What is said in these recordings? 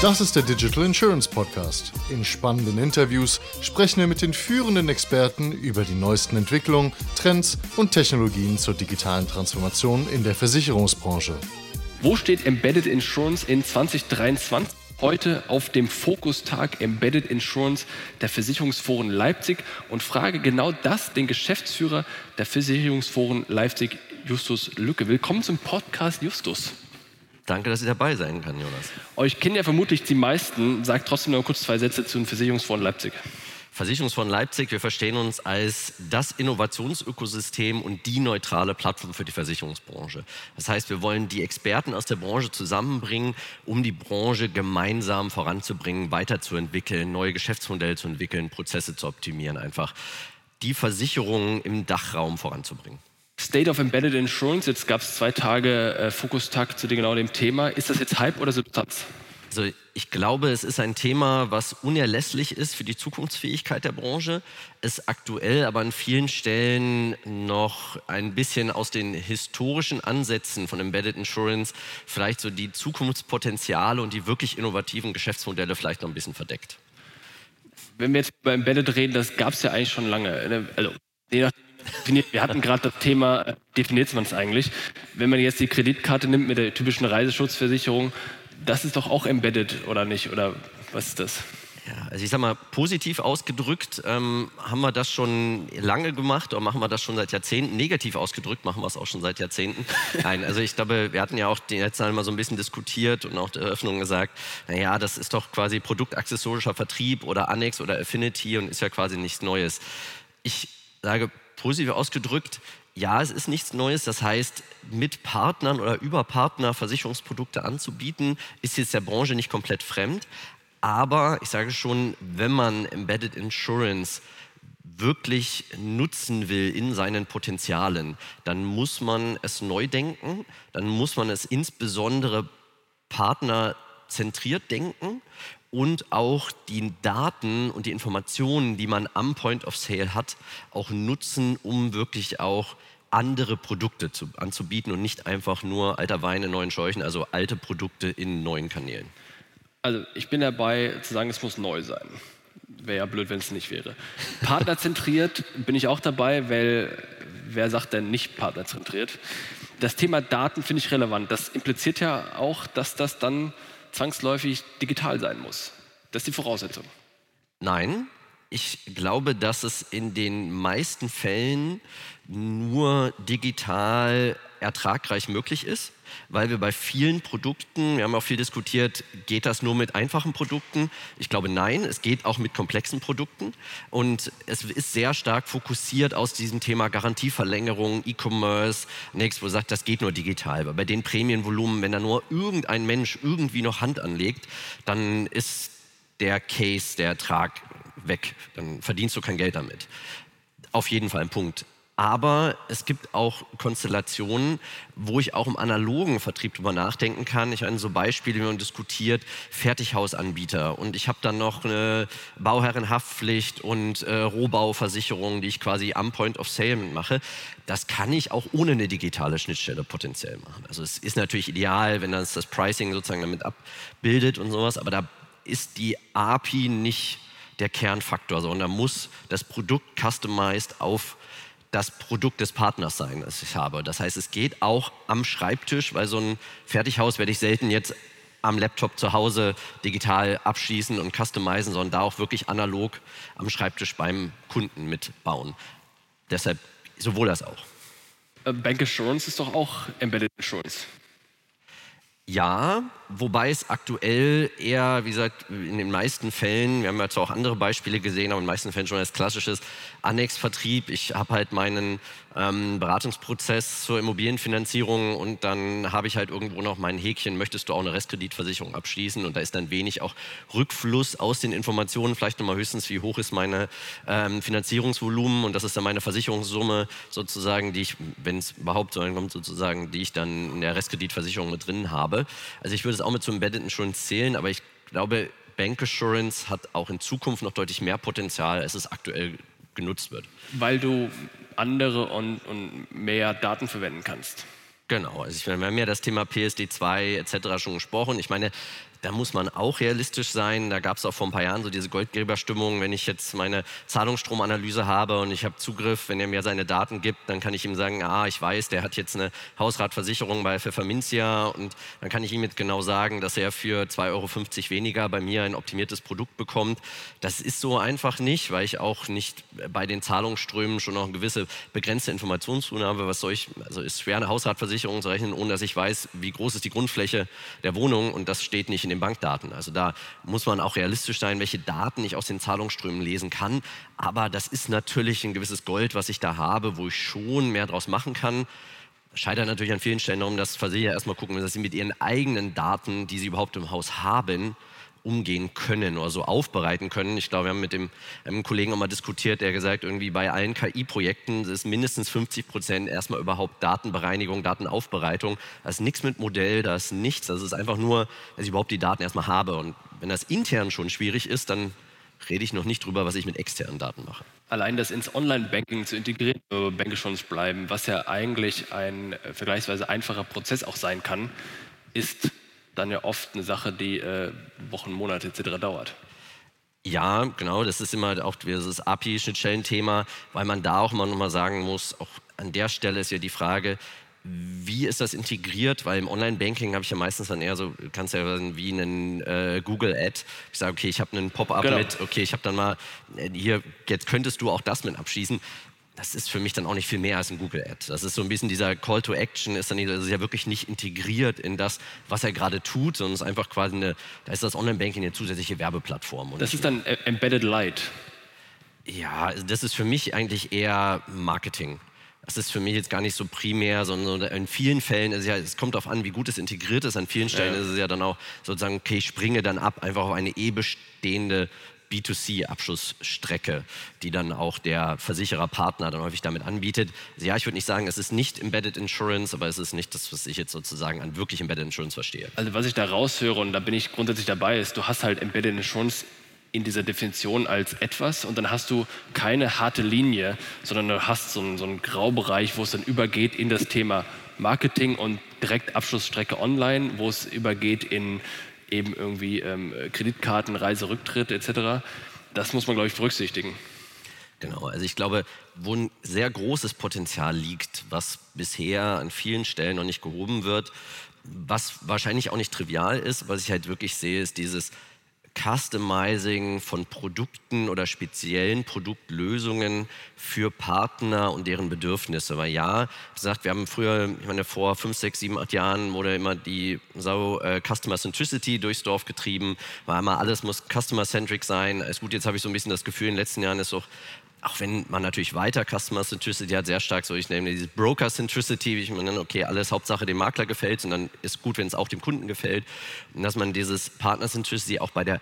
Das ist der Digital Insurance Podcast. In spannenden Interviews sprechen wir mit den führenden Experten über die neuesten Entwicklungen, Trends und Technologien zur digitalen Transformation in der Versicherungsbranche. Wo steht Embedded Insurance in 2023? Heute auf dem Fokustag Embedded Insurance der Versicherungsforen Leipzig und frage genau das den Geschäftsführer der Versicherungsforen Leipzig, Justus Lücke. Willkommen zum Podcast, Justus. Danke, dass ich dabei sein kann, Jonas. Euch kennen ja vermutlich die meisten. Sagt trotzdem noch kurz 2 Sätze zu den Versicherungsforen Leipzig. Versicherungsfonds Leipzig, wir verstehen uns als das Innovationsökosystem und die neutrale Plattform für die Versicherungsbranche. Das heißt, wir wollen die Experten aus der Branche zusammenbringen, um die Branche gemeinsam voranzubringen, weiterzuentwickeln, neue Geschäftsmodelle zu entwickeln, Prozesse zu optimieren, einfach die Versicherungen im Dachraum voranzubringen. State of Embedded Insurance, jetzt gab es 2 Tage Fokustag zu genau dem Thema. Ist das jetzt Hype oder Substanz? Also ich glaube, es ist ein Thema, was unerlässlich ist für die Zukunftsfähigkeit der Branche, es aktuell aber an vielen Stellen noch ein bisschen aus den historischen Ansätzen von Embedded Insurance vielleicht so die Zukunftspotenziale und die wirklich innovativen Geschäftsmodelle vielleicht noch ein bisschen verdeckt. Wenn wir jetzt über Embedded reden, das gab es ja eigentlich schon lange. Also, wir hatten gerade das Thema, definiert man es eigentlich? Wenn man jetzt die Kreditkarte nimmt mit der typischen Reiseschutzversicherung, das ist doch auch embedded, oder nicht? Oder was ist das? Ja, also ich sag mal, positiv ausgedrückt haben wir das schon lange gemacht oder machen wir das schon seit Jahrzehnten. Negativ ausgedrückt machen wir es auch schon seit Jahrzehnten. Nein, also ich glaube, wir hatten ja auch die letzten Mal mal so ein bisschen diskutiert und auch der Eröffnung gesagt, naja, das ist doch quasi produktaccessorischer Vertrieb oder Annex oder Affinity und ist ja quasi nichts Neues. Ich sage, positiv ausgedrückt, ja, es ist nichts Neues. Das heißt, mit Partnern oder über Partner Versicherungsprodukte anzubieten, ist jetzt der Branche nicht komplett fremd. Aber ich sage schon, wenn man Embedded Insurance wirklich nutzen will in seinen Potenzialen, dann muss man es neu denken. Dann muss man es insbesondere partnerzentriert denken. Und auch die Daten und die Informationen, die man am Point of Sale hat, auch nutzen, um wirklich auch andere Produkte anzubieten und nicht einfach nur alter Wein in neuen Schläuchen, also alte Produkte in neuen Kanälen. Also ich bin dabei zu sagen, es muss neu sein. Wäre ja blöd, wenn es nicht wäre. Partnerzentriert bin ich auch dabei, weil wer sagt denn nicht partnerzentriert? Das Thema Daten finde ich relevant. Das impliziert ja auch, dass das dann zwangsläufig digital sein muss. Das ist die Voraussetzung. Nein, ich glaube, dass es in den meisten Fällen nur digital ertragreich möglich ist, weil wir bei vielen Produkten, wir haben auch viel diskutiert, geht das nur mit einfachen Produkten? Ich glaube, nein, es geht auch mit komplexen Produkten und es ist sehr stark fokussiert aus diesem Thema Garantieverlängerung, E-Commerce, nichts, wo sagt, das geht nur digital. Weil bei den Prämienvolumen, wenn da nur irgendein Mensch irgendwie noch Hand anlegt, dann ist der Case, der Ertrag weg, dann verdienst du kein Geld damit. Auf jeden Fall ein Punkt. Aber es gibt auch Konstellationen, wo ich auch im analogen Vertrieb drüber nachdenken kann. Ich meine, so Beispiele, wie man diskutiert, Fertighausanbieter und ich habe dann noch eine Bauherrenhaftpflicht und Rohbauversicherung, die ich quasi am Point of Sale mache. Das kann ich auch ohne eine digitale Schnittstelle potenziell machen. Also es ist natürlich ideal, wenn das Pricing sozusagen damit abbildet und sowas, aber da ist die API nicht der Kernfaktor, sondern da muss das Produkt customized auf das Produkt des Partners sein, das ich habe. Das heißt, es geht auch am Schreibtisch, weil so ein Fertighaus werde ich selten jetzt am Laptop zu Hause digital abschließen und customizen, sondern da auch wirklich analog am Schreibtisch beim Kunden mitbauen. Deshalb sowohl das auch. Bank Assurance ist doch auch Embedded Insurance. Ja, wobei es aktuell eher, wie gesagt, in den meisten Fällen, wir haben ja zwar auch andere Beispiele gesehen, aber in den meisten Fällen schon als klassisches Annex-Vertrieb. Ich habe halt meinen Beratungsprozess zur Immobilienfinanzierung und dann habe ich halt irgendwo noch mein Häkchen, möchtest du auch eine Restkreditversicherung abschließen? Und da ist dann wenig auch Rückfluss aus den Informationen, vielleicht nochmal höchstens, wie hoch ist meine Finanzierungsvolumen und das ist dann meine Versicherungssumme sozusagen, die ich, wenn es überhaupt so einkommt, sozusagen, die ich dann in der Restkreditversicherung mit drin habe. Also ich würde es auch mit zum Embedded Insurance zählen, aber ich glaube, Bank Assurance hat auch in Zukunft noch deutlich mehr Potenzial, als es aktuell genutzt wird. Weil du andere und mehr Daten verwenden kannst. Genau, also wir haben ja das Thema PSD2 etc. schon gesprochen. Ich meine, Da muss man auch realistisch sein. Da gab es auch vor ein paar Jahren so diese Goldgräberstimmung. Wenn ich jetzt meine Zahlungsstromanalyse habe und ich habe Zugriff, wenn er mir seine Daten gibt, dann kann ich ihm sagen, ich weiß, der hat jetzt eine Hausratversicherung bei Pfefferminzia und dann kann ich ihm jetzt genau sagen, dass er für 2,50 Euro weniger bei mir ein optimiertes Produkt bekommt. Das ist so einfach nicht, weil ich auch nicht bei den Zahlungsströmen schon noch eine gewisse begrenzte Informationszone habe. Also ist schwer, eine Hausratversicherung zu rechnen, ohne dass ich weiß, wie groß ist die Grundfläche der Wohnung, und das steht nicht in den Bankdaten. Also da muss man auch realistisch sein, welche Daten ich aus den Zahlungsströmen lesen kann. Aber das ist natürlich ein gewisses Gold, was ich da habe, wo ich schon mehr draus machen kann. Scheitert natürlich an vielen Stellen darum, dass Versicherer erstmal gucken, dass sie mit ihren eigenen Daten, die sie überhaupt im Haus haben, umgehen können oder so aufbereiten können. Ich glaube, wir haben mit einem Kollegen auch mal diskutiert, der gesagt, irgendwie bei allen KI-Projekten ist mindestens 50% erstmal überhaupt Datenbereinigung, Datenaufbereitung. Da ist nichts mit Modell, da ist nichts. Das ist einfach nur, dass ich überhaupt die Daten erstmal habe. Und wenn das intern schon schwierig ist, dann rede ich noch nicht drüber, was ich mit externen Daten mache. Allein das ins Online-Banking zu integrieren, Bankassurance bleiben, was ja eigentlich ein vergleichsweise einfacher Prozess auch sein kann, ist dann ja oft eine Sache, die Wochen, Monate etc. dauert. Ja, genau, das ist immer auch dieses API-Schnittstellen-Thema, weil man da auch immer noch mal sagen muss, auch an der Stelle ist ja die Frage, wie ist das integriert? Weil im Online-Banking habe ich ja meistens dann eher so, kannst ja wie einen Google-Ad. Ich sage, okay, ich habe einen Pop-up mit, okay, ich habe dann mal, hier, jetzt könntest du auch das mit abschließen. Das ist für mich dann auch nicht viel mehr als ein Google-Ad. Das ist so ein bisschen dieser Call to Action, ist ja wirklich nicht integriert in das, was er gerade tut, sondern es ist einfach quasi da ist das Online-Banking eine zusätzliche Werbeplattform. Und das ist dann Embedded Light. Ja, das ist für mich eigentlich eher Marketing. Das ist für mich jetzt gar nicht so primär, sondern in vielen Fällen, es kommt darauf an, wie gut es integriert ist. An vielen Stellen ist es ja dann auch sozusagen, okay, ich springe dann ab, einfach auf eine bestehende B2C-Abschlussstrecke, die dann auch der Versichererpartner dann häufig damit anbietet. Also ja, ich würde nicht sagen, es ist nicht Embedded Insurance, aber es ist nicht das, was ich jetzt sozusagen an wirklich Embedded Insurance verstehe. Also was ich da raushöre, und da bin ich grundsätzlich dabei, ist, du hast halt Embedded Insurance in dieser Definition als etwas und dann hast du keine harte Linie, sondern du hast so einen Graubereich, wo es dann übergeht in das Thema Marketing und direkt Abschlussstrecke online, wo es übergeht in eben irgendwie Kreditkarten, Reiserücktritt etc. Das muss man, glaube ich, berücksichtigen. Genau, also ich glaube, wo ein sehr großes Potenzial liegt, was bisher an vielen Stellen noch nicht gehoben wird, was wahrscheinlich auch nicht trivial ist, was ich halt wirklich sehe, ist dieses Customizing von Produkten oder speziellen Produktlösungen für Partner und deren Bedürfnisse. Weil ja, wie gesagt, wir haben früher, ich meine vor 5, 6, 7, 8 Jahren wurde immer die Customer Centricity durchs Dorf getrieben, weil immer alles muss Customer-Centric sein. Ist gut, jetzt habe ich so ein bisschen das Gefühl, in den letzten Jahren ist auch wenn man natürlich weiter Customer Centricity hat, sehr stark, so ich nenne diese Broker Centricity, wie ich mir nenne, okay, alles Hauptsache dem Makler gefällt und dann ist gut, wenn es auch dem Kunden gefällt. Und dass man dieses Partner Centricity auch bei der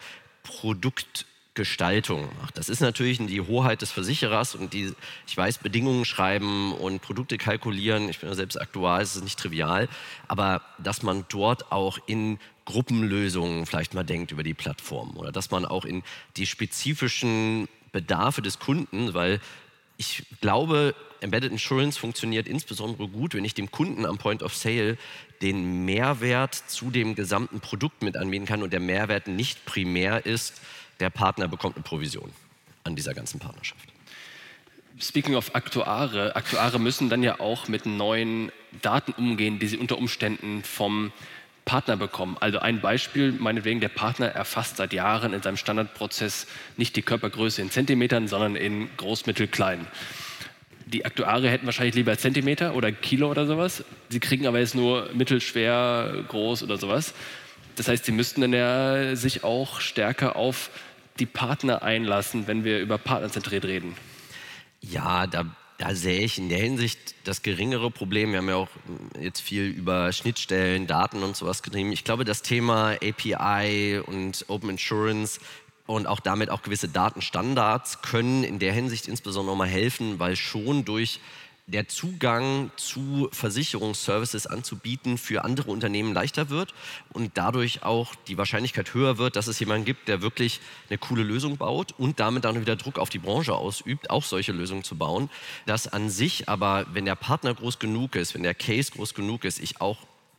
Produktgestaltung macht. Das ist natürlich die Hoheit des Versicherers und ich weiß, Bedingungen schreiben und Produkte kalkulieren, ich bin ja selbst Aktuar, es ist nicht trivial, aber dass man dort auch in Gruppenlösungen vielleicht mal denkt über die Plattform oder dass man auch in die spezifischen Bedarfe des Kunden, weil ich glaube, Embedded Insurance funktioniert insbesondere gut, wenn ich dem Kunden am Point of Sale den Mehrwert zu dem gesamten Produkt mit anbieten kann und der Mehrwert nicht primär ist, der Partner bekommt eine Provision an dieser ganzen Partnerschaft. Speaking of Aktuare, Aktuare müssen dann ja auch mit neuen Daten umgehen, die sie unter Umständen vom Partner bekommen. Also ein Beispiel, meinetwegen, der Partner erfasst seit Jahren in seinem Standardprozess nicht die Körpergröße in Zentimetern, sondern in groß, mittel, klein. Die Aktuare hätten wahrscheinlich lieber Zentimeter oder Kilo oder sowas. Sie kriegen aber jetzt nur mittelschwer, groß oder sowas. Das heißt, sie müssten dann ja sich auch stärker auf die Partner einlassen, wenn wir über partnerzentriert reden. Ja, da sehe ich in der Hinsicht das geringere Problem. Wir haben ja auch jetzt viel über Schnittstellen, Daten und sowas getrieben. Ich glaube, das Thema API und Open Insurance und auch damit auch gewisse Datenstandards können in der Hinsicht insbesondere mal helfen, weil schon durch der Zugang zu Versicherungsservices anzubieten für andere Unternehmen leichter wird und dadurch auch die Wahrscheinlichkeit höher wird, dass es jemanden gibt, der wirklich eine coole Lösung baut und damit dann wieder Druck auf die Branche ausübt, auch solche Lösungen zu bauen. Das an sich aber, wenn der Partner groß genug ist, wenn der Case groß genug ist, ich auch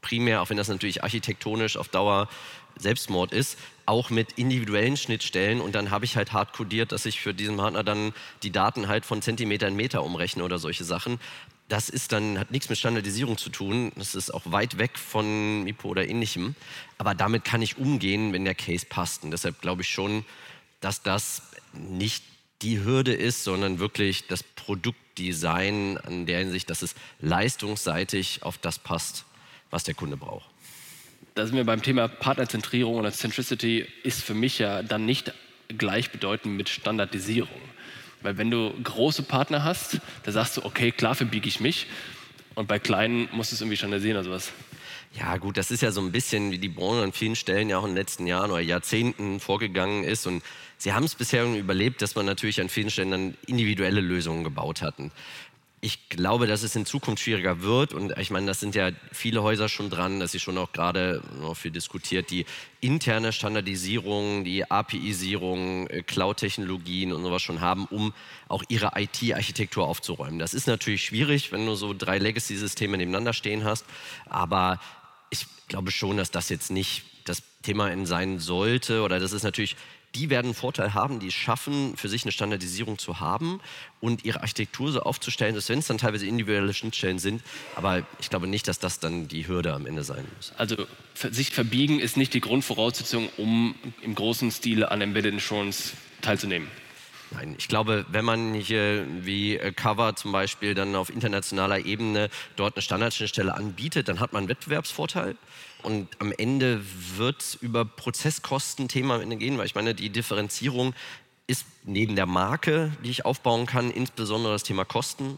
primär, auch wenn das natürlich architektonisch auf Dauer Selbstmord ist, auch mit individuellen Schnittstellen und dann habe ich halt hart codiert, dass ich für diesen Partner dann die Daten halt von Zentimeter in Meter umrechne oder solche Sachen. Das ist dann, hat nichts mit Standardisierung zu tun, das ist auch weit weg von MIPO oder Ähnlichem, aber damit kann ich umgehen, wenn der Case passt und deshalb glaube ich schon, dass das nicht die Hürde ist, sondern wirklich das Produktdesign in der Hinsicht, dass es leistungsseitig auf das passt, was der Kunde braucht. Da sind wir beim Thema Partnerzentrierung oder Centricity ist für mich ja dann nicht gleichbedeutend mit Standardisierung. Weil wenn du große Partner hast, da sagst du, okay, klar verbiege ich mich und bei kleinen musst du es irgendwie standardisieren oder sowas. Ja gut, das ist ja so ein bisschen, wie die Branche an vielen Stellen ja auch in den letzten Jahren oder Jahrzehnten vorgegangen ist und sie haben es bisher irgendwie überlebt, dass man natürlich an vielen Stellen dann individuelle Lösungen gebaut hatten. Ich glaube, dass es in Zukunft schwieriger wird und ich meine, das sind ja viele Häuser schon dran, dass sie schon auch gerade noch viel diskutiert, die interne Standardisierung, die API-Sierung, Cloud-Technologien und sowas schon haben, um auch ihre IT-Architektur aufzuräumen. Das ist natürlich schwierig, wenn du so 3 Legacy-Systeme nebeneinander stehen hast, aber ich glaube schon, dass das jetzt nicht das Thema sein sollte oder das ist natürlich. Die werden einen Vorteil haben, die es schaffen, für sich eine Standardisierung zu haben und ihre Architektur so aufzustellen, dass wenn es dann teilweise individuelle Schnittstellen sind, aber ich glaube nicht, dass das dann die Hürde am Ende sein muss. Also sich verbiegen ist nicht die Grundvoraussetzung, um im großen Stil an Embedded Insurance teilzunehmen. Nein, ich glaube, wenn man hier wie Cover zum Beispiel dann auf internationaler Ebene dort eine Standardschnittstelle anbietet, dann hat man einen Wettbewerbsvorteil. Und am Ende wird es über Prozesskosten-Thema am Ende gehen, weil ich meine, die Differenzierung ist neben der Marke, die ich aufbauen kann, insbesondere das Thema Kosten.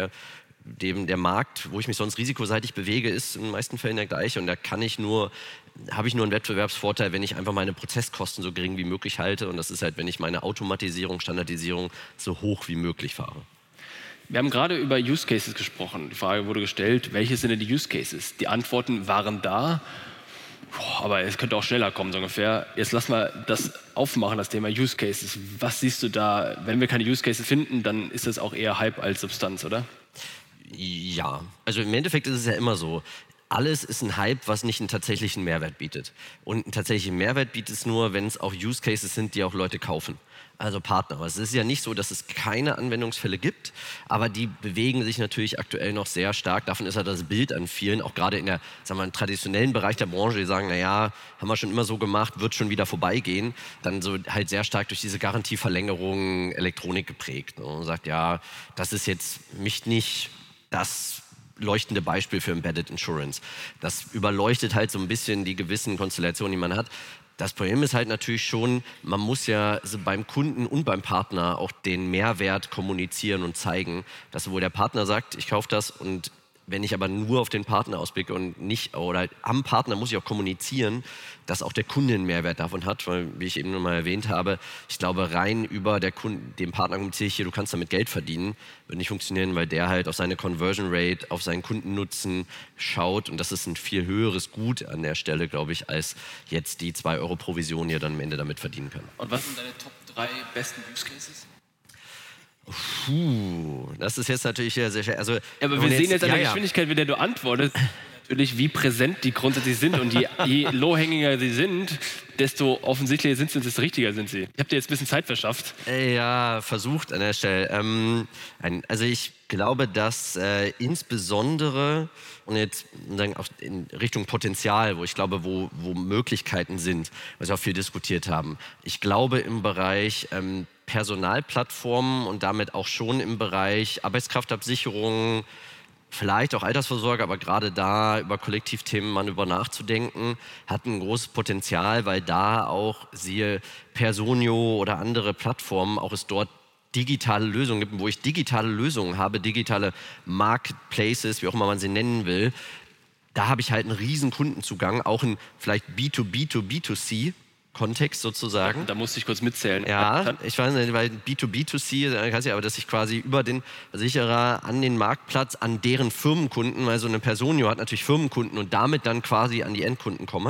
Der Markt, wo ich mich sonst risikoseitig bewege, ist in den meisten Fällen der gleiche. Und da habe ich nur einen Wettbewerbsvorteil, wenn ich einfach meine Prozesskosten so gering wie möglich halte. Und das ist halt, wenn ich meine Automatisierung, Standardisierung so hoch wie möglich fahre. Wir haben gerade über Use Cases gesprochen. Die Frage wurde gestellt, welche sind denn die Use Cases? Die Antworten waren da, aber es könnte auch schneller kommen, so ungefähr. Jetzt lass mal das aufmachen, das Thema Use Cases. Was siehst du da? Wenn wir keine Use Cases finden, dann ist das auch eher Hype als Substanz, oder? Ja, also im Endeffekt ist es ja immer so. Alles ist ein Hype, was nicht einen tatsächlichen Mehrwert bietet. Und einen tatsächlichen Mehrwert bietet es nur, wenn es auch Use Cases sind, die auch Leute kaufen. Also Partner. Es ist ja nicht so, dass es keine Anwendungsfälle gibt, aber die bewegen sich natürlich aktuell noch sehr stark. Davon ist ja das Bild an vielen, auch gerade in der, sagen wir, im traditionellen Bereich der Branche, die sagen, naja, haben wir schon immer so gemacht, wird schon wieder vorbeigehen. Dann so halt sehr stark durch diese Garantieverlängerung Elektronik geprägt. Und man sagt, ja, das ist jetzt nicht das leuchtende Beispiel für Embedded Insurance. Das überleuchtet halt so ein bisschen die gewissen Konstellationen, die man hat. Das Problem ist halt natürlich schon, man muss ja beim Kunden und beim Partner auch den Mehrwert kommunizieren und zeigen, dass sowohl der Partner sagt, ich kaufe das und wenn ich aber nur auf den Partner ausblicke und nicht, oder am Partner muss ich auch kommunizieren, dass auch der Kunde einen Mehrwert davon hat, weil, wie ich eben noch mal erwähnt habe, ich glaube, rein über dem Partner kommuniziere ich hier, du kannst damit Geld verdienen, wird nicht funktionieren, weil der halt auf seine Conversion Rate, auf seinen Kundennutzen schaut und das ist ein viel höheres Gut an der Stelle, glaube ich, als jetzt die 2 Euro Provision, die er dann am Ende damit verdienen kann. Und was sind deine Top 3 besten Use Cases? Das ist jetzt natürlich sehr, sehr schwer. Also, ja, aber wir sehen jetzt an der Geschwindigkeit, mit der du antwortest, natürlich, wie präsent die grundsätzlich sind. Und je low-hängiger sie sind, desto offensichtlicher sind sie und desto richtiger sind sie. Ich habe dir jetzt ein bisschen Zeit verschafft. Ja, versucht an der Stelle. Also ich glaube, dass insbesondere, und jetzt auch in Richtung Potenzial, wo ich glaube, wo Möglichkeiten sind, was wir auch viel diskutiert haben. Ich glaube im Bereich Personalplattformen und damit auch schon im Bereich Arbeitskraftabsicherung, vielleicht auch Altersvorsorge, aber gerade da über Kollektivthemen mal über nachzudenken, hat ein großes Potenzial, weil da auch, siehe Personio oder andere Plattformen, auch es dort digitale Lösungen gibt, wo ich digitale Lösungen habe, digitale Marketplaces, wie auch immer man sie nennen will, da habe ich halt einen riesen Kundenzugang, auch in vielleicht B2B2B2C Kontext sozusagen. Da musste ich kurz mitzählen. Ja, ich weiß nicht, weil B2B2C, aber dass ich quasi über den Versicherer an den Marktplatz, an deren Firmenkunden, weil so eine Personio hat natürlich Firmenkunden und damit dann quasi an die Endkunden komme.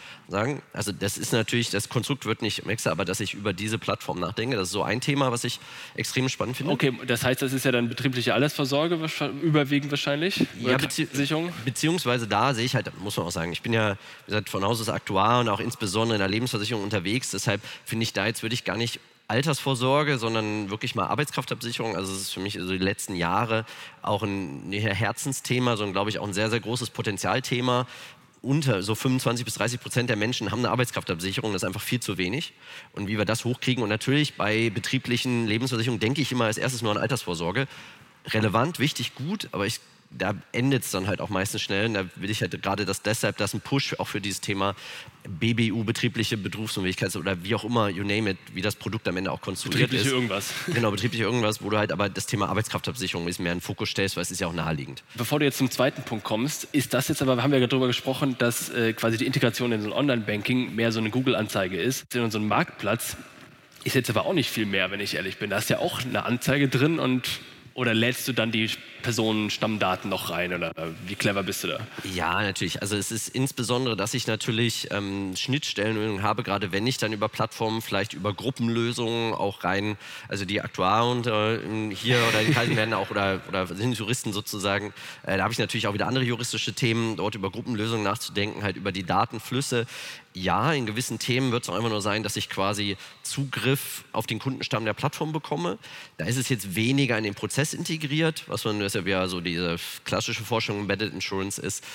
sagen. Also das ist natürlich, das Konstrukt wird nicht wechseln, aber dass ich über diese Plattform nachdenke, das ist so ein Thema, was ich extrem spannend finde. Okay, das heißt, das ist ja dann betriebliche Altersvorsorge überwiegend wahrscheinlich? Ja, beziehungsweise da sehe ich halt, muss man auch sagen, ich bin ja, wie gesagt, von Haus aus Aktuar und auch insbesondere in der Lebensversicherung unterwegs, deshalb finde ich da jetzt würde ich gar nicht Altersvorsorge, sondern wirklich mal Arbeitskraftabsicherung. Also es ist für mich also die letzten Jahre auch ein Herzensthema, sondern glaube ich auch ein sehr, sehr großes Potenzialthema. Unter so 25-30% der Menschen haben eine Arbeitskraftabsicherung, das ist einfach viel zu wenig. Und wie wir das hochkriegen, und natürlich bei betrieblichen Lebensversicherungen denke ich immer als erstes nur an Altersvorsorge. Relevant, wichtig, gut, aber da endet es dann halt auch meistens schnell. Und da will ich halt gerade, dass deshalb das ein Push auch für dieses Thema BBU, betriebliche Berufsunfähigkeit oder wie auch immer, you name it, wie das Produkt am Ende auch konstruiert ist. Betriebliche irgendwas. Genau, betriebliche irgendwas, wo du halt aber das Thema Arbeitskraftabsicherung ein bisschen mehr in den Fokus stellst, weil es ist ja auch naheliegend. Bevor du jetzt zum zweiten Punkt kommst, ist das jetzt aber, haben wir ja darüber gesprochen, dass quasi die Integration in so ein Online-Banking mehr so eine Google-Anzeige ist. In unserem Marktplatz ist jetzt aber auch nicht viel mehr, wenn ich ehrlich bin. Da ist ja auch eine Anzeige drin oder lädst du dann die Personenstammdaten noch rein oder wie clever bist du da? Ja, natürlich. Also es ist insbesondere, dass ich natürlich Schnittstellen habe, gerade wenn ich dann über Plattformen, vielleicht über Gruppenlösungen auch rein, also die Aktuar und hier oder in Kreisen werden auch oder sind Juristen sozusagen, da habe ich natürlich auch wieder andere juristische Themen, dort über Gruppenlösungen nachzudenken, halt über die Datenflüsse. Ja, in gewissen Themen wird es auch einfach nur sein, dass ich quasi Zugriff auf den Kundenstamm der Plattform bekomme. Da ist es jetzt weniger in den Prozess integriert, was man, das ja so diese klassische Forschung Embedded Insurance ist.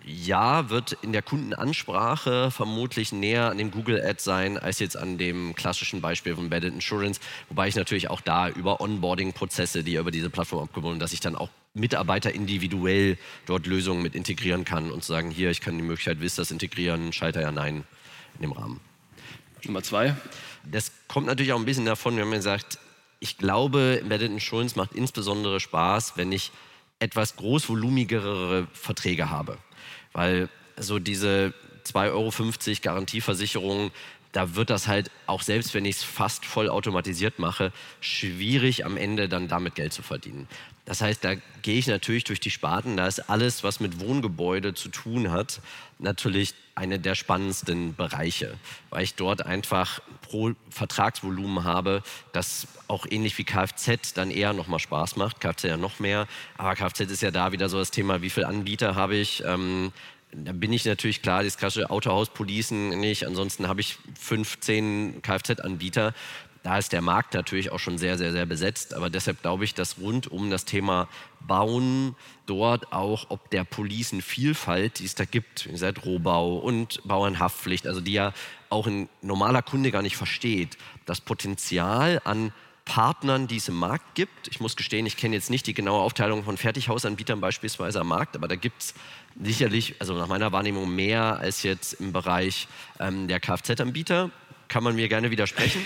Ja, wird in der Kundenansprache vermutlich näher an dem Google Ad sein, als jetzt an dem klassischen Beispiel von Embedded Insurance. Wobei ich natürlich auch da über Onboarding-Prozesse, die über diese Plattform abgebunden, dass ich dann auch Mitarbeiter individuell dort Lösungen mit integrieren kann und zu sagen, hier, ich kann die Möglichkeit, willst du das integrieren, Schalter ja, nein, in dem Rahmen. Nummer 2. Das kommt natürlich auch ein bisschen davon, wir haben ja gesagt, ich glaube, Embedded Insurance macht insbesondere Spaß, wenn ich etwas großvolumigere Verträge habe. Weil so diese 2,50 € Garantieversicherung, da wird das halt, auch selbst wenn ich es fast voll automatisiert mache, schwierig am Ende dann damit Geld zu verdienen. Das heißt, da gehe ich natürlich durch die Sparten, da ist alles, was mit Wohngebäude zu tun hat, natürlich eine der spannendsten Bereiche, weil ich dort einfach pro Vertragsvolumen habe, das auch ähnlich wie Kfz dann eher nochmal Spaß macht, Kfz ja noch mehr, aber Kfz ist ja da wieder so das Thema, wie viele Anbieter habe ich, da bin ich natürlich klar, das klassische Autohaus-Policen nicht, ansonsten habe ich 15 Kfz-Anbieter. Da ist der Markt natürlich auch schon sehr, sehr, sehr besetzt. Aber deshalb glaube ich, dass rund um das Thema Bauen dort auch, ob der Policenvielfalt, die es da gibt, ihr seid Rohbau und Bauernhaftpflicht, also die ja auch ein normaler Kunde gar nicht versteht, das Potenzial an Partnern, die es im Markt gibt. Ich muss gestehen, ich kenne jetzt nicht die genaue Aufteilung von Fertighausanbietern beispielsweise am Markt, aber da gibt es sicherlich, also nach meiner Wahrnehmung, mehr als jetzt im Bereich der Kfz-Anbieter. Kann man mir gerne widersprechen.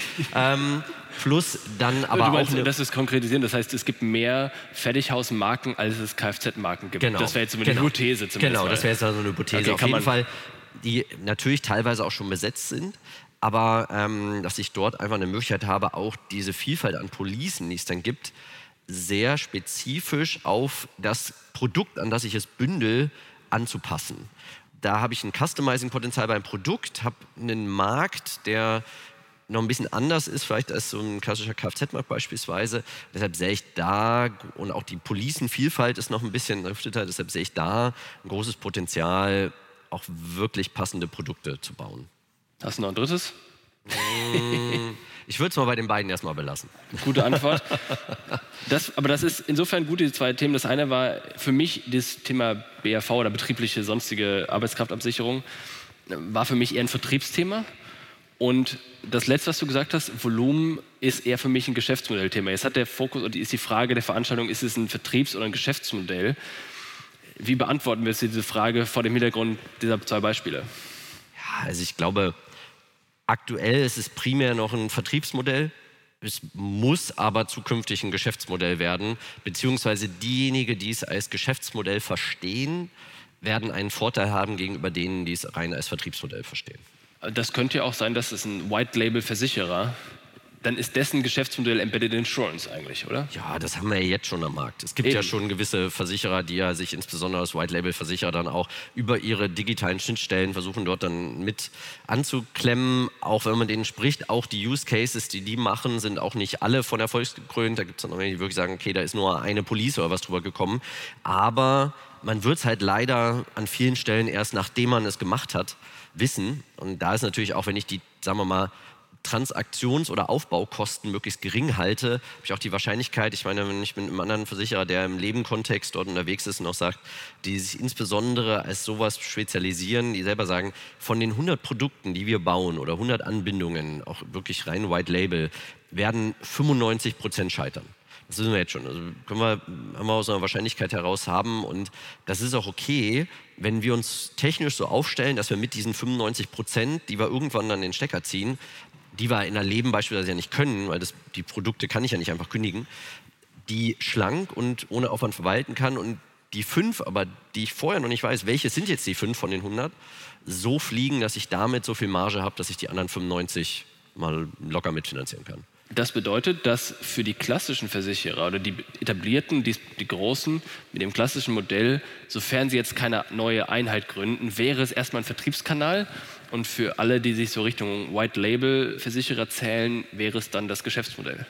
Plus dann aber du meinst, auch... das ist konkretisieren, das heißt, es gibt mehr Fertighausmarken, als es Kfz-Marken gibt. Genau. Das wäre jetzt so eine Hypothese zumindest. Genau, das wäre jetzt also eine Hypothese. Okay, auf jeden Fall, die natürlich teilweise auch schon besetzt sind, aber dass ich dort einfach eine Möglichkeit habe, auch diese Vielfalt an Policen, die es dann gibt, sehr spezifisch auf das Produkt, an das ich es bündel, anzupassen. Da habe ich ein Customizing-Potenzial beim Produkt, habe einen Markt, der noch ein bisschen anders ist, vielleicht als so ein klassischer Kfz-Markt beispielsweise. Deshalb sehe ich da, und auch die Policenvielfalt ist noch ein bisschen, deshalb sehe ich da ein großes Potenzial, auch wirklich passende Produkte zu bauen. Hast du noch ein drittes? Ich würde es mal bei den beiden erstmal belassen. Gute Antwort. Aber das ist insofern gut, die zwei Themen. Das eine war für mich das Thema BAV oder betriebliche sonstige Arbeitskraftabsicherung, war für mich eher ein Vertriebsthema. Und das Letzte, was du gesagt hast, Volumen, ist eher für mich ein Geschäftsmodellthema. Jetzt hat der Fokus und ist die Frage der Veranstaltung, ist es ein Vertriebs- oder ein Geschäftsmodell? Wie beantworten wir jetzt diese Frage vor dem Hintergrund dieser zwei Beispiele? Ja, also ich glaube, aktuell ist es primär noch ein Vertriebsmodell. Es muss aber zukünftig ein Geschäftsmodell werden, beziehungsweise diejenigen, die es als Geschäftsmodell verstehen, werden einen Vorteil haben gegenüber denen, die es rein als Vertriebsmodell verstehen. Das könnte ja auch sein, dass es ein White-Label-Versicherer dann ist dessen Geschäftsmodell Embedded Insurance eigentlich, oder? Ja, das haben wir ja jetzt schon am Markt. Es gibt ja schon gewisse Versicherer, die ja sich insbesondere als White-Label-Versicherer dann auch über ihre digitalen Schnittstellen versuchen, dort dann mit anzuklemmen. Auch wenn man denen spricht, auch die Use Cases, die machen, sind auch nicht alle von Erfolg gekrönt. Da gibt es dann auch welche, die wirklich sagen, okay, da ist nur eine Police oder was drüber gekommen. Aber man wird es halt leider an vielen Stellen erst, nachdem man es gemacht hat, wissen. Und da ist natürlich auch, wenn ich die, sagen wir mal, Transaktions- oder Aufbaukosten möglichst gering halte, habe ich auch die Wahrscheinlichkeit, ich meine, wenn ich mit einem anderen Versicherer, der im Lebenkontext dort unterwegs ist und auch sagt, die sich insbesondere als sowas spezialisieren, die selber sagen, von den 100 Produkten, die wir bauen oder 100 Anbindungen, auch wirklich rein White Label, werden 95% scheitern. Das wissen wir jetzt schon. Also haben wir aus einer Wahrscheinlichkeit heraus haben und das ist auch okay, wenn wir uns technisch so aufstellen, dass wir mit diesen 95%, die wir irgendwann dann den Stecker ziehen, die wir in der Leben beispielsweise ja nicht können, weil die Produkte kann ich ja nicht einfach kündigen, die schlank und ohne Aufwand verwalten kann und die 5, aber die ich vorher noch nicht weiß, welche sind jetzt die 5 von den 100, so fliegen, dass ich damit so viel Marge habe, dass ich die anderen 95 mal locker mitfinanzieren kann. Das bedeutet, dass für die klassischen Versicherer oder die etablierten, die großen, mit dem klassischen Modell, sofern sie jetzt keine neue Einheit gründen, wäre es erstmal ein Vertriebskanal. Und für alle, die sich so Richtung White-Label-Versicherer zählen, wäre es dann das Geschäftsmodell?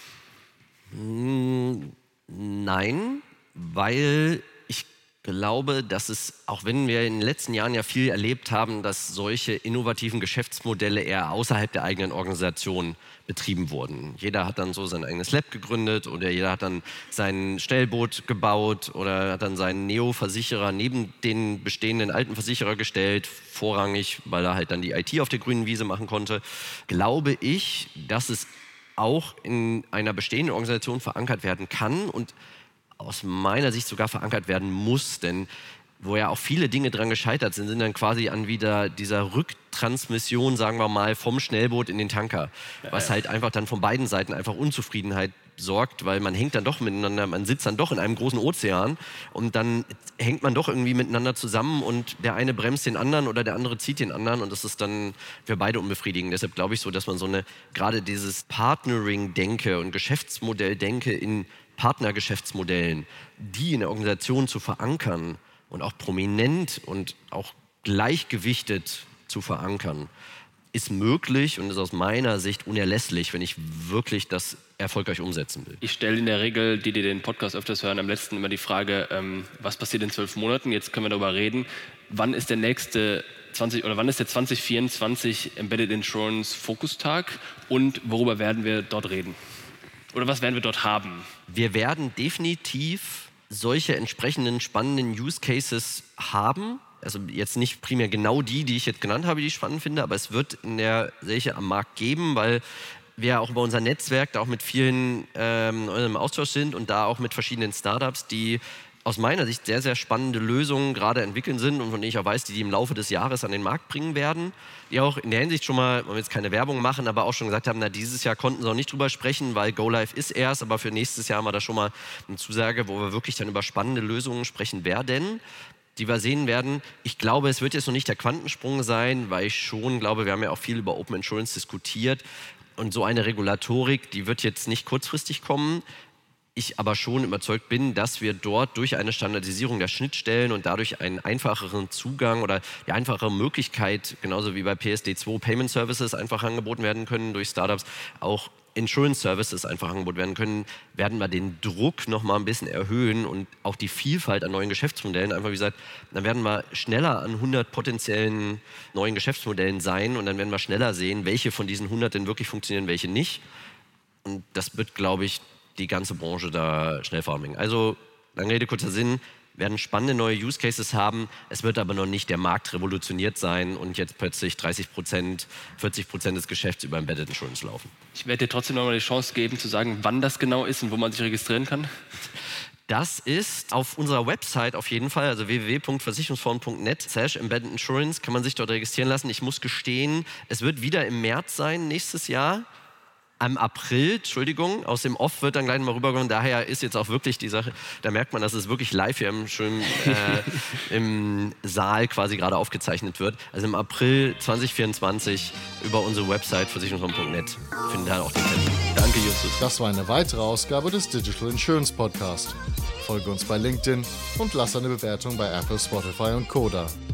Nein, weil ich glaube, dass es, auch wenn wir in den letzten Jahren ja viel erlebt haben, dass solche innovativen Geschäftsmodelle eher außerhalb der eigenen Organisation betrieben wurden. Jeder hat dann so sein eigenes Lab gegründet oder jeder hat dann sein Stellboot gebaut oder hat dann seinen Neo-Versicherer neben den bestehenden alten Versicherer gestellt, vorrangig, weil er halt dann die IT auf der grünen Wiese machen konnte. Glaube ich, dass es auch in einer bestehenden Organisation verankert werden kann und aus meiner Sicht sogar verankert werden muss, denn wo ja auch viele Dinge dran gescheitert sind, sind dann quasi an wieder dieser Rücktransmission, sagen wir mal, vom Schnellboot in den Tanker, was halt einfach dann von beiden Seiten einfach Unzufriedenheit sorgt, weil man hängt dann doch miteinander, man sitzt dann doch in einem großen Ozean und dann hängt man doch irgendwie miteinander zusammen und der eine bremst den anderen oder der andere zieht den anderen und das ist dann für beide unbefriedigend. Deshalb glaube ich so, dass man so gerade dieses Partnering-Denke und Geschäftsmodell-Denke in Partnergeschäftsmodellen, die in der Organisation zu verankern und auch prominent und auch gleichgewichtet zu verankern, ist möglich und ist aus meiner Sicht unerlässlich, wenn ich wirklich das erfolgreich umsetzen will. Ich stelle in der Regel, die den Podcast öfters hören, am letzten immer die Frage, was passiert in 12 Monaten? Jetzt können wir darüber reden. Wann ist der nächste 2024 Embedded Insurance Fokustag und worüber werden wir dort reden? Oder was werden wir dort haben? Wir werden definitiv solche entsprechenden spannenden Use Cases haben. Also jetzt nicht primär genau die ich jetzt genannt habe, die ich spannend finde, aber es wird in der Serie am Markt geben, weil wir auch über unser Netzwerk da auch mit vielen im Austausch sind und da auch mit verschiedenen Startups, die aus meiner Sicht sehr, sehr spannende Lösungen gerade entwickeln sind und von denen ich auch weiß, die im Laufe des Jahres an den Markt bringen werden. Die auch in der Hinsicht schon mal, wollen wir jetzt keine Werbung machen, aber auch schon gesagt haben, dieses Jahr konnten sie noch nicht drüber sprechen, weil Go Live ist erst, aber für nächstes Jahr haben wir da schon mal eine Zusage, wo wir wirklich dann über spannende Lösungen sprechen werden, die wir sehen werden. Ich glaube, es wird jetzt noch nicht der Quantensprung sein, weil ich schon glaube, wir haben ja auch viel über Open Insurance diskutiert und so eine Regulatorik, die wird jetzt nicht kurzfristig kommen. Ich aber schon überzeugt bin, dass wir dort durch eine Standardisierung der Schnittstellen und dadurch einen einfacheren Zugang oder die einfache Möglichkeit, genauso wie bei PSD2 Payment Services einfach angeboten werden können durch Startups, auch Insurance Services einfach angeboten werden können, werden wir den Druck noch mal ein bisschen erhöhen und auch die Vielfalt an neuen Geschäftsmodellen. Einfach wie gesagt, dann werden wir schneller an 100 potenziellen neuen Geschäftsmodellen sein und dann werden wir schneller sehen, welche von diesen 100 denn wirklich funktionieren, welche nicht. Und das wird, glaube ich, die ganze Branche da schnell voranbringen. Also, lange Rede, kurzer Sinn, werden spannende neue Use Cases haben. Es wird aber noch nicht der Markt revolutioniert sein und jetzt plötzlich 30%, 40% des Geschäfts über Embedded Insurance laufen. Ich werde dir trotzdem noch mal die Chance geben, zu sagen, wann das genau ist und wo man sich registrieren kann. Das ist auf unserer Website auf jeden Fall, also www.versicherungsfonds.net/Embedded Insurance, kann man sich dort registrieren lassen. Ich muss gestehen, es wird wieder im März sein, nächstes Jahr. am April, Entschuldigung, aus dem Off wird dann gleich mal rübergegangen. Daher ist jetzt auch wirklich die Sache, da merkt man, dass es wirklich live hier im Saal quasi gerade aufgezeichnet wird. Also im April 2024 über unsere Website versicherungsraum.net findet ihr auch den Termin. Danke, Justus. Das war eine weitere Ausgabe des Digital Insurance Podcast. Folge uns bei LinkedIn und lass eine Bewertung bei Apple, Spotify und Koda.